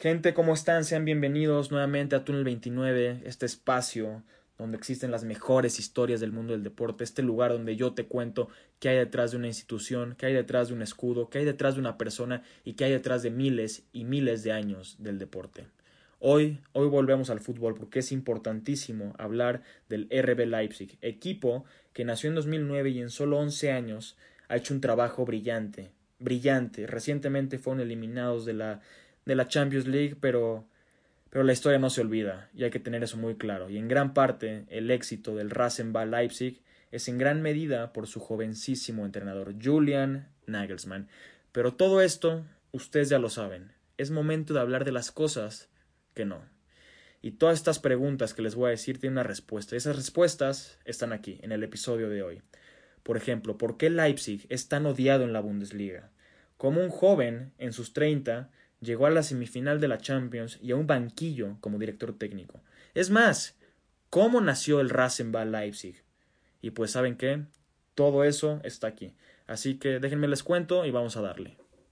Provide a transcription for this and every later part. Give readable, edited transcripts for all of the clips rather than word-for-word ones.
Gente, ¿cómo están? Sean bienvenidos nuevamente a Túnel 29, este espacio donde existen las mejores historias del mundo del deporte, este lugar donde yo te cuento qué hay detrás de una institución, qué hay detrás de un escudo, qué hay detrás de una persona y qué hay detrás de miles y miles de años del deporte. Hoy volvemos al fútbol porque es importantísimo hablar del RB Leipzig, equipo que nació en 2009 y en solo 11 años ha hecho un trabajo brillante, brillante. Recientemente fueron eliminados de la Champions League, pero la historia no se olvida y hay que tener eso muy claro. Y en gran parte el éxito del Rasenball Leipzig es en gran medida por su jovencísimo entrenador Julian Nagelsmann. Pero todo esto ustedes ya lo saben. Es momento de hablar de las cosas que no. Y todas estas preguntas que les voy a decir tienen una respuesta. Y esas respuestas están aquí, en el episodio de hoy. Por ejemplo, ¿por qué Leipzig es tan odiado en la Bundesliga? Como un joven, en sus 30, llegó a la semifinal de la Champions y a un banquillo como director técnico. Es más, ¿cómo nació el Rasenball Leipzig? Y pues, ¿saben qué? Todo eso está aquí. Así que déjenme les cuento y vamos a darle.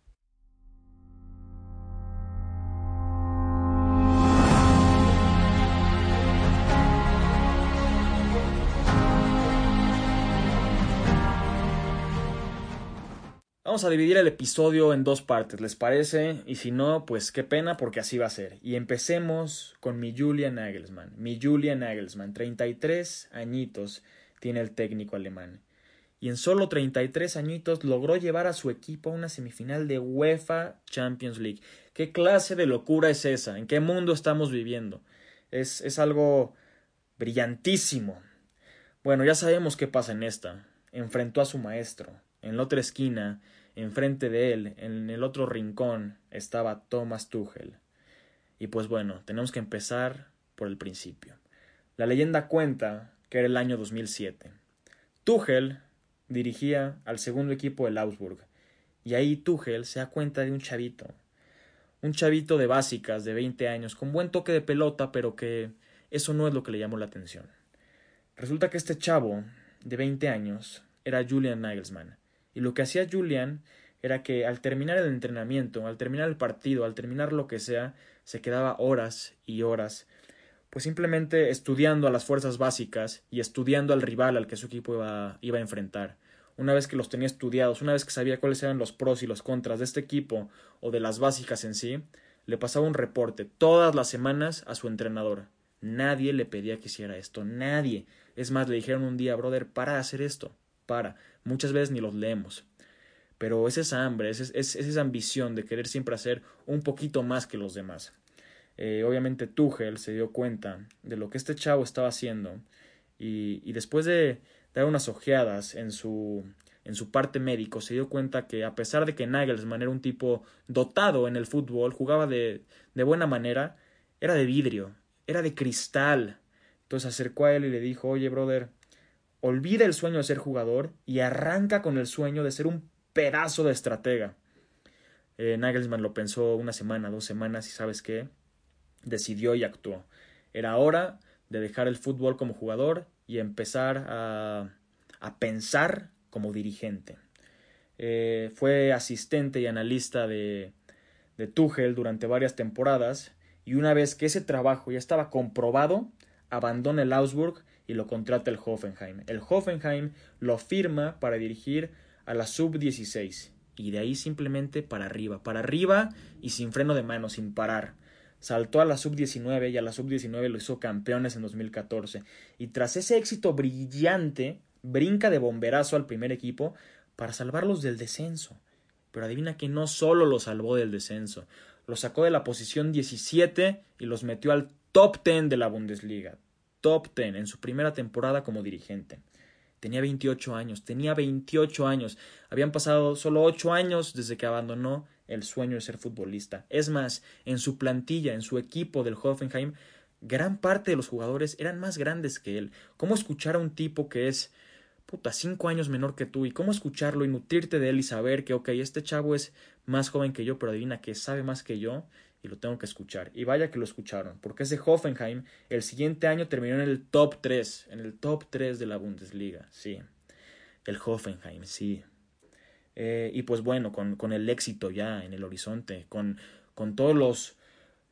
Vamos a dividir el episodio en dos partes, ¿les parece? Y si no, pues qué pena porque así va a ser. Y empecemos con mi Julian Nagelsmann. Mi Julian Nagelsmann, 33 añitos tiene el técnico alemán. Y en solo 33 añitos logró llevar a su equipo a una semifinal de UEFA Champions League. ¿Qué clase de locura es esa? ¿En qué mundo estamos viviendo? Es algo brillantísimo. Bueno, ya sabemos qué pasa en esta. Enfrentó a su maestro. En la otra esquina, enfrente de él, en el otro rincón, estaba Thomas Tuchel. Y pues bueno, tenemos que empezar por el principio. La leyenda cuenta que era el año 2007. Tuchel dirigía al segundo equipo del Augsburg. Y ahí Tuchel se da cuenta de un chavito. Un chavito de básicas, de 20 años, con buen toque de pelota, pero que eso no es lo que le llamó la atención. Resulta que este chavo de 20 años era Julian Nagelsmann. Y lo que hacía Julian era que al terminar el entrenamiento, al terminar el partido, al terminar lo que sea, se quedaba horas y horas, pues simplemente estudiando a las fuerzas básicas y estudiando al rival al que su equipo iba a enfrentar. Una vez que los tenía estudiados, una vez que sabía cuáles eran los pros y los contras de este equipo o de las básicas en sí, le pasaba un reporte todas las semanas a su entrenador. Nadie le pedía que hiciera esto, nadie. Es más, le dijeron un día, brother, para de hacer esto, para. Muchas veces ni los leemos. Pero es esa hambre, es esa ambición de querer siempre hacer un poquito más que los demás. Obviamente Tuchel se dio cuenta de lo que este chavo estaba haciendo y después de dar unas ojeadas en su parte médico se dio cuenta que a pesar de que Nagelsmann era un tipo dotado en el fútbol, jugaba de buena manera, era de vidrio, era de cristal. Entonces se acercó a él y le dijo, oye brother, olvida el sueño de ser jugador y arranca con el sueño de ser un pedazo de estratega. Nagelsmann lo pensó una semana, 2 semanas y ¿sabes qué? Decidió y actuó. Era hora de dejar el fútbol como jugador y empezar a pensar como dirigente. Fue asistente y analista de Tuchel durante varias temporadas y una vez que ese trabajo ya estaba comprobado, abandona el Augsburg y lo contrata el Hoffenheim. El Hoffenheim lo firma para dirigir a la sub-16 y de ahí simplemente para arriba y sin freno de mano, sin parar. Saltó a la sub-19 y a la sub-19 lo hizo campeones en 2014. Y tras ese éxito brillante, brinca de bomberazo al primer equipo para salvarlos del descenso. Pero adivina que no solo los salvó del descenso, los sacó de la posición 17 y los metió al top 10 de la Bundesliga. Top 10 en su primera temporada como dirigente. Tenía 28 años. Habían pasado solo 8 años desde que abandonó el sueño de ser futbolista. Es más, en su plantilla, en su equipo del Hoffenheim, gran parte de los jugadores eran más grandes que él. ¿Cómo escuchar a un tipo que es 5 años menor que tú y cómo escucharlo y nutrirte de él y saber que, ok, este chavo es más joven que yo, pero adivina que sabe más que yo y lo tengo que escuchar? Y vaya que lo escucharon, porque ese Hoffenheim el siguiente año terminó en el top 3, de la Bundesliga, sí, el Hoffenheim, sí. Y pues bueno, con el éxito ya en el horizonte, con todos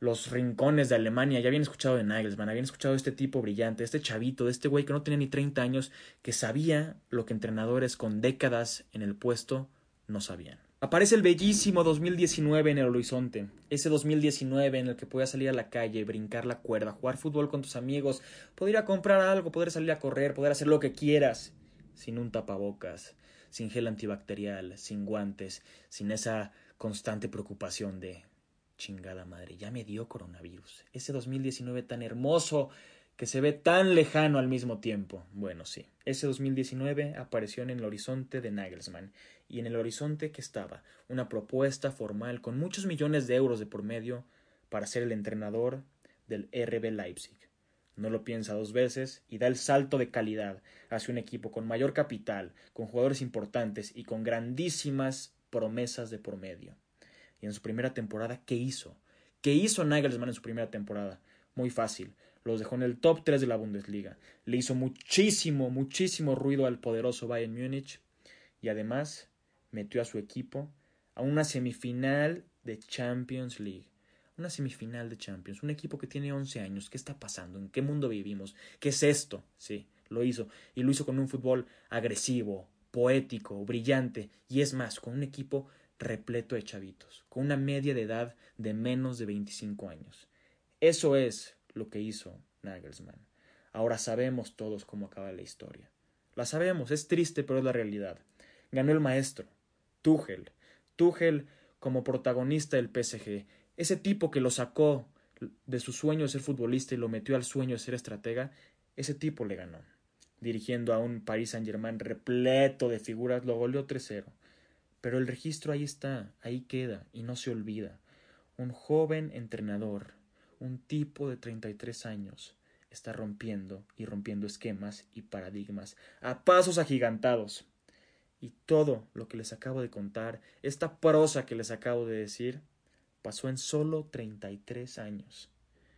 los rincones de Alemania ya habían escuchado de Nagelsmann, habían escuchado de este tipo brillante, de este chavito, de este güey que no tenía ni 30 años, que sabía lo que entrenadores con décadas en el puesto no sabían. Aparece el bellísimo 2019 en el horizonte, ese 2019 en el que podías salir a la calle, brincar la cuerda, jugar fútbol con tus amigos, poder ir a comprar algo, poder salir a correr, poder hacer lo que quieras, sin un tapabocas, sin gel antibacterial, sin guantes, sin esa constante preocupación de chingada madre, ya me dio coronavirus. Ese 2019 tan hermoso que se ve tan lejano al mismo tiempo. Bueno, sí, ese 2019 apareció en el horizonte de Nagelsmann. Y en el horizonte que estaba una propuesta formal con muchos millones de euros de por medio para ser el entrenador del RB Leipzig. No lo piensa dos veces y da el salto de calidad hacia un equipo con mayor capital, con jugadores importantes y con grandísimas promesas de por medio. Y en su primera temporada, ¿qué hizo? ¿Qué hizo Nagelsmann en su primera temporada? Muy fácil. Los dejó en el top 3 de la Bundesliga. Le hizo muchísimo ruido al poderoso Bayern Múnich. Y además metió a su equipo a una semifinal de Champions League. Una semifinal de Champions. Un equipo que tiene 11 años. ¿Qué está pasando? ¿En qué mundo vivimos? ¿Qué es esto? Sí, lo hizo. Y lo hizo con un fútbol agresivo, poético, brillante. Y es más, con un equipo repleto de chavitos, con una media de edad de menos de 25 años. Eso es lo que hizo Nagelsmann. Ahora sabemos todos cómo acaba la historia. La sabemos, es triste, pero es la realidad. Ganó el maestro, Tuchel. Tuchel como protagonista del PSG. Ese tipo que lo sacó de su sueño de ser futbolista y lo metió al sueño de ser estratega, ese tipo le ganó. Dirigiendo a un Paris Saint-Germain repleto de figuras, lo goleó 3-0. Pero el registro ahí está, ahí queda y no se olvida. Un joven entrenador, un tipo de 33 años, está rompiendo esquemas y paradigmas a pasos agigantados. Y todo lo que les acabo de contar, esta prosa que les acabo de decir, pasó en solo 33 años.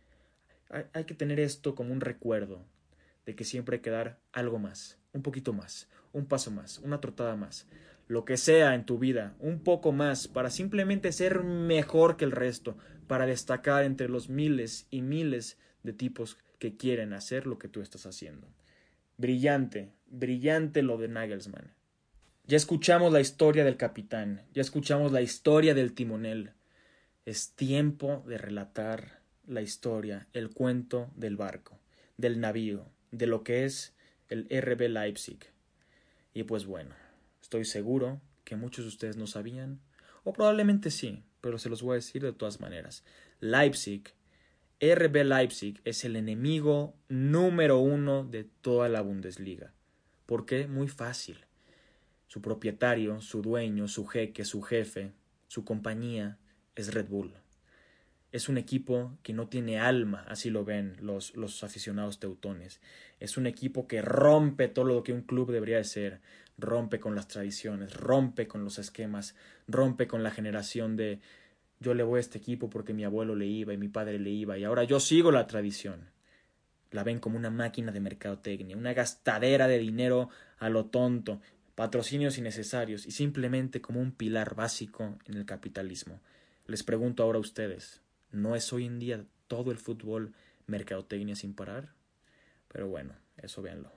Hay que tener esto como un recuerdo de que siempre hay que dar algo más, un poquito más, un paso más, una trotada más, lo que sea en tu vida, un poco más, para simplemente ser mejor que el resto, para destacar entre los miles y miles de tipos que quieren hacer lo que tú estás haciendo. Brillante, brillante lo de Nagelsmann. Ya escuchamos la historia del capitán, ya escuchamos la historia del timonel. Es tiempo de relatar la historia, el cuento del barco, del navío, de lo que es el RB Leipzig. Y pues bueno, estoy seguro que muchos de ustedes no sabían, o probablemente sí, pero se los voy a decir de todas maneras. Leipzig, RB Leipzig es el enemigo número 1 de toda la Bundesliga. ¿Por qué? Muy fácil. Su propietario, su dueño, su jeque, su jefe, su compañía es Red Bull. Es un equipo que no tiene alma, así lo ven los aficionados teutones. Es un equipo que rompe todo lo que un club debería de ser. Rompe con las tradiciones, rompe con los esquemas, rompe con la generación de yo le voy a este equipo porque mi abuelo le iba y mi padre le iba y ahora yo sigo la tradición. La ven como una máquina de mercadotecnia, una gastadera de dinero a lo tonto, patrocinios innecesarios y simplemente como un pilar básico en el capitalismo. Les pregunto ahora a ustedes, ¿no es hoy en día todo el fútbol mercadotecnia sin parar? Pero bueno, eso véanlo.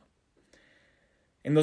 En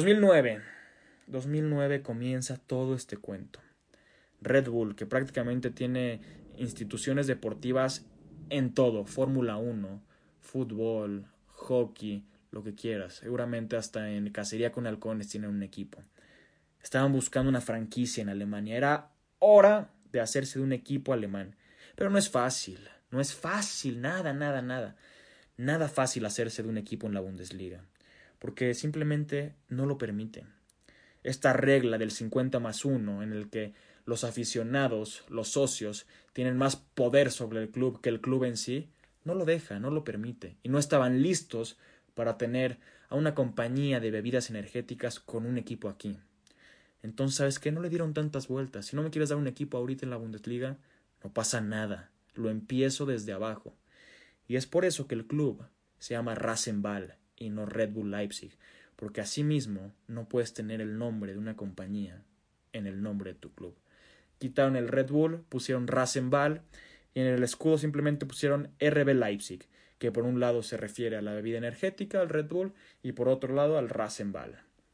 2009 comienza todo este cuento. Red Bull, que prácticamente tiene instituciones deportivas en todo, Fórmula 1, fútbol, hockey, lo que quieras. Seguramente hasta en cacería con halcones tienen un equipo. Estaban buscando una franquicia en Alemania. Era hora de hacerse de un equipo alemán. Pero no es fácil, nada. Nada fácil hacerse de un equipo en la Bundesliga. Porque simplemente no lo permiten. Esta regla del 50+1 en el que los aficionados, los socios, tienen más poder sobre el club que el club en sí, no lo deja, no lo permite. Y no estaban listos para tener a una compañía de bebidas energéticas con un equipo aquí. Entonces, ¿sabes qué? No le dieron tantas vueltas. Si no me quieres dar un equipo ahorita en la Bundesliga, no pasa nada. Lo empiezo desde abajo. Y es por eso que el club se llama Rasenball y no Red Bull Leipzig, porque asimismo no puedes tener el nombre de una compañía en el nombre de tu club. Quitaron el Red Bull, pusieron Rasenball y en el escudo simplemente pusieron RB Leipzig, que por un lado se refiere a la bebida energética, al Red Bull, y por otro lado al Rasenball.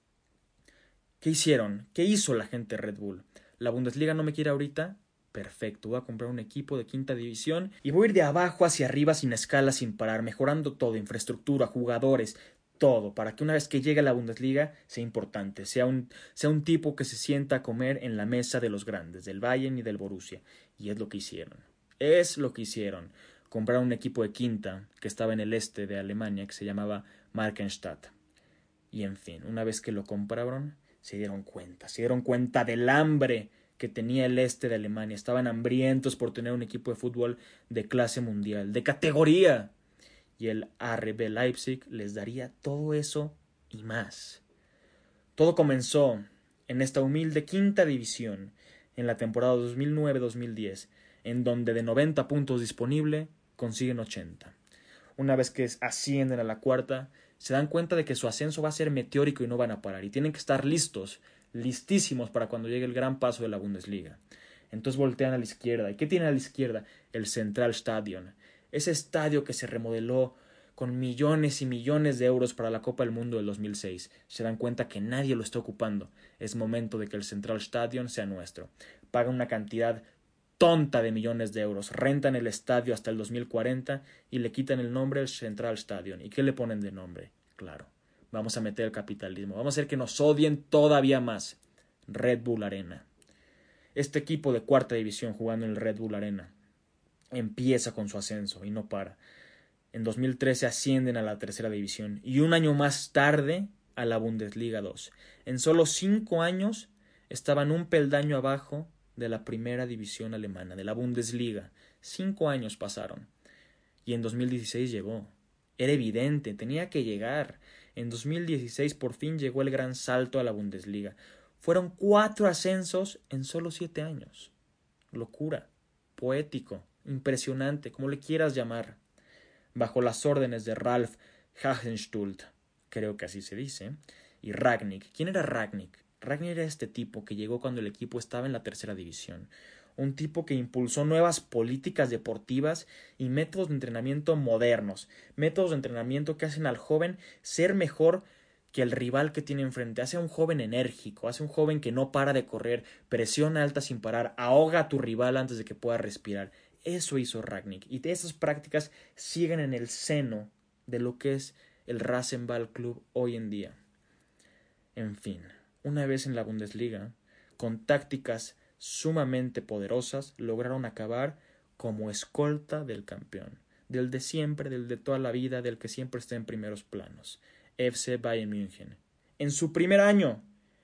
¿Qué hicieron? ¿Qué hizo la gente de Red Bull? ¿La Bundesliga no me quiere ahorita? Perfecto, voy a comprar un equipo de quinta división y voy a ir de abajo hacia arriba sin escala, sin parar, mejorando todo, infraestructura, jugadores, todo, para que una vez que llegue a la Bundesliga sea importante, sea un tipo que se sienta a comer en la mesa de los grandes, del Bayern y del Borussia. Y es lo que hicieron. Es lo que hicieron. Compraron un equipo de quinta que estaba en el este de Alemania que se llamaba Markenstadt. Y en fin, una vez que lo compraron, se dieron cuenta del hambre que tenía el este de Alemania. Estaban hambrientos por tener un equipo de fútbol de clase mundial, de categoría. Y el RB Leipzig les daría todo eso y más. Todo comenzó en esta humilde quinta división en la temporada 2009-2010, en donde de 90 puntos disponible consiguen 80. Una vez que ascienden a la cuarta, se dan cuenta de que su ascenso va a ser meteórico y no van a parar, y tienen que estar listos, listísimos para cuando llegue el gran paso de la Bundesliga. Entonces voltean a la izquierda. ¿Y qué tiene a la izquierda? El Zentralstadion. Ese estadio que se remodeló con millones y millones de euros para la Copa del Mundo del 2006. Se dan cuenta que nadie lo está ocupando. Es momento de que el Zentralstadion sea nuestro. Pagan una cantidad tonta de millones de euros, rentan el estadio hasta el 2040 y le quitan el nombre al Zentralstadion. ¿Y qué le ponen de nombre? Claro, vamos a meter el capitalismo, vamos a hacer que nos odien todavía más. Red Bull Arena. Este equipo de cuarta división jugando en el Red Bull Arena empieza con su ascenso y no para. En 2013 ascienden a la tercera división y un año más tarde a la Bundesliga 2. En solo 5 años estaban un peldaño abajo de la primera división alemana, de la Bundesliga. 5 años pasaron. Y en 2016 llegó. Era evidente, tenía que llegar. En 2016 por fin llegó el gran salto a la Bundesliga. Fueron 4 ascensos en solo 7 años. Locura, poético, impresionante, como le quieras llamar. Bajo las órdenes de Ralf Hasenhüttl, creo que así se dice, y Rangnick. ¿Quién era Rangnick? Rangnick era este tipo que llegó cuando el equipo estaba en la tercera división. Un tipo que impulsó nuevas políticas deportivas y métodos de entrenamiento modernos, métodos de entrenamiento que hacen al joven ser mejor que el rival que tiene enfrente. Hace a un joven enérgico, hace a un joven que no para de correr, presiona alta sin parar, ahoga a tu rival antes de que pueda respirar. Eso hizo Rangnick, y esas prácticas siguen en el seno de lo que es el Rasenball Club hoy en día. En fin, una vez en la Bundesliga, con tácticas sumamente poderosas, lograron acabar como escolta del campeón, del de siempre, del de toda la vida, del que siempre está en primeros planos, FC Bayern München. En su primer año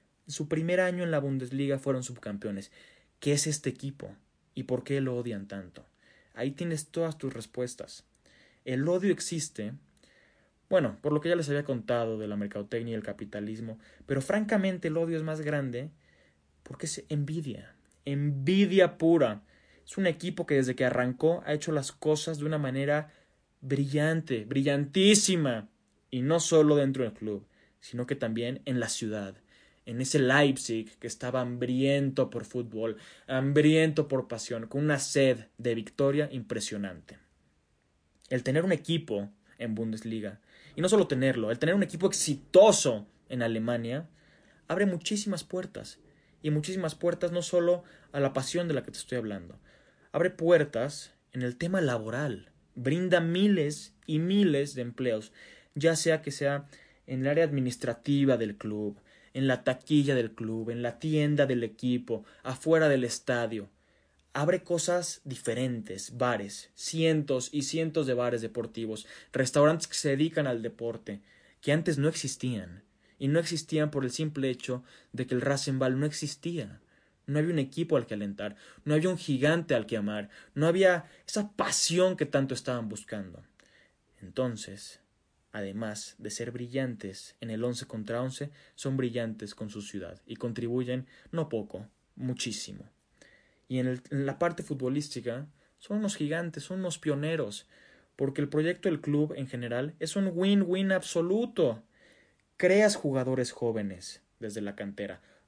en la Bundesliga fueron subcampeones. ¿Qué es este equipo? ¿Y por qué lo odian tanto? Ahí tienes todas tus respuestas. El odio existe, bueno, por lo que ya les había contado de la mercadotecnia y el capitalismo, pero francamente el odio es más grande porque es envidia, envidia pura. Es un equipo que desde que arrancó ha hecho las cosas de una manera brillante, brillantísima, y no solo dentro del club, sino que también en la ciudad. En ese Leipzig que estaba hambriento por fútbol, hambriento por pasión, con una sed de victoria impresionante. El tener un equipo en Bundesliga, y no solo tenerlo, el tener un equipo exitoso en Alemania, abre muchísimas puertas. Y muchísimas puertas no solo a la pasión de la que te estoy hablando. Abre puertas en el tema laboral. Brinda miles y miles de empleos, ya sea que sea en el área administrativa del club, en la taquilla del club, en la tienda del equipo, afuera del estadio. Abre cosas diferentes, bares, cientos y cientos de bares deportivos, restaurantes que se dedican al deporte, que antes no existían. Y no existían por el simple hecho de que el Rasenball no existía. No había un equipo al que alentar, no había un gigante al que amar, no había esa pasión que tanto estaban buscando. Entonces, además de ser brillantes en el 11 contra 11, son brillantes con su ciudad y contribuyen no poco, muchísimo. Y en la parte futbolística son unos gigantes, son unos pioneros, porque el proyecto del club en general es un win-win absoluto. Creas jugadores jóvenes desde la cantera,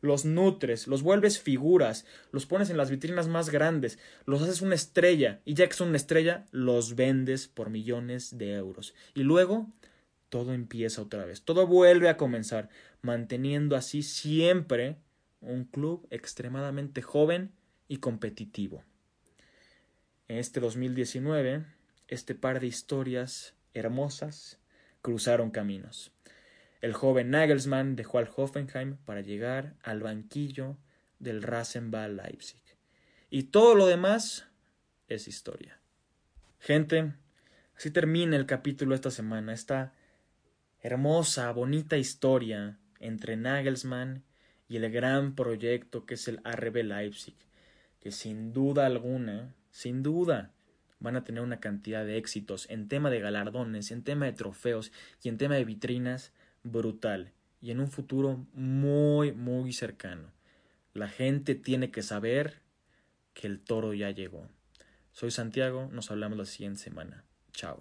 los nutres, los vuelves figuras, los pones en las vitrinas más grandes, los haces una estrella y ya que son una estrella, los vendes por millones de euros. Y luego todo empieza otra vez, todo vuelve a comenzar, manteniendo así siempre un club extremadamente joven y competitivo. En este 2019, este par de historias hermosas cruzaron caminos. El joven Nagelsmann dejó al Hoffenheim para llegar al banquillo del Rasenball Leipzig. Y todo lo demás es historia. Gente, así termina el capítulo de esta semana, esta hermosa, bonita historia entre Nagelsmann y el gran proyecto que es el RB Leipzig, que sin duda alguna, sin duda, van a tener una cantidad de éxitos en tema de galardones, en tema de trofeos y en tema de vitrinas brutal y en un futuro muy, muy cercano. La gente tiene que saber que el toro ya llegó. Soy Santiago, nos hablamos la siguiente semana. Chao.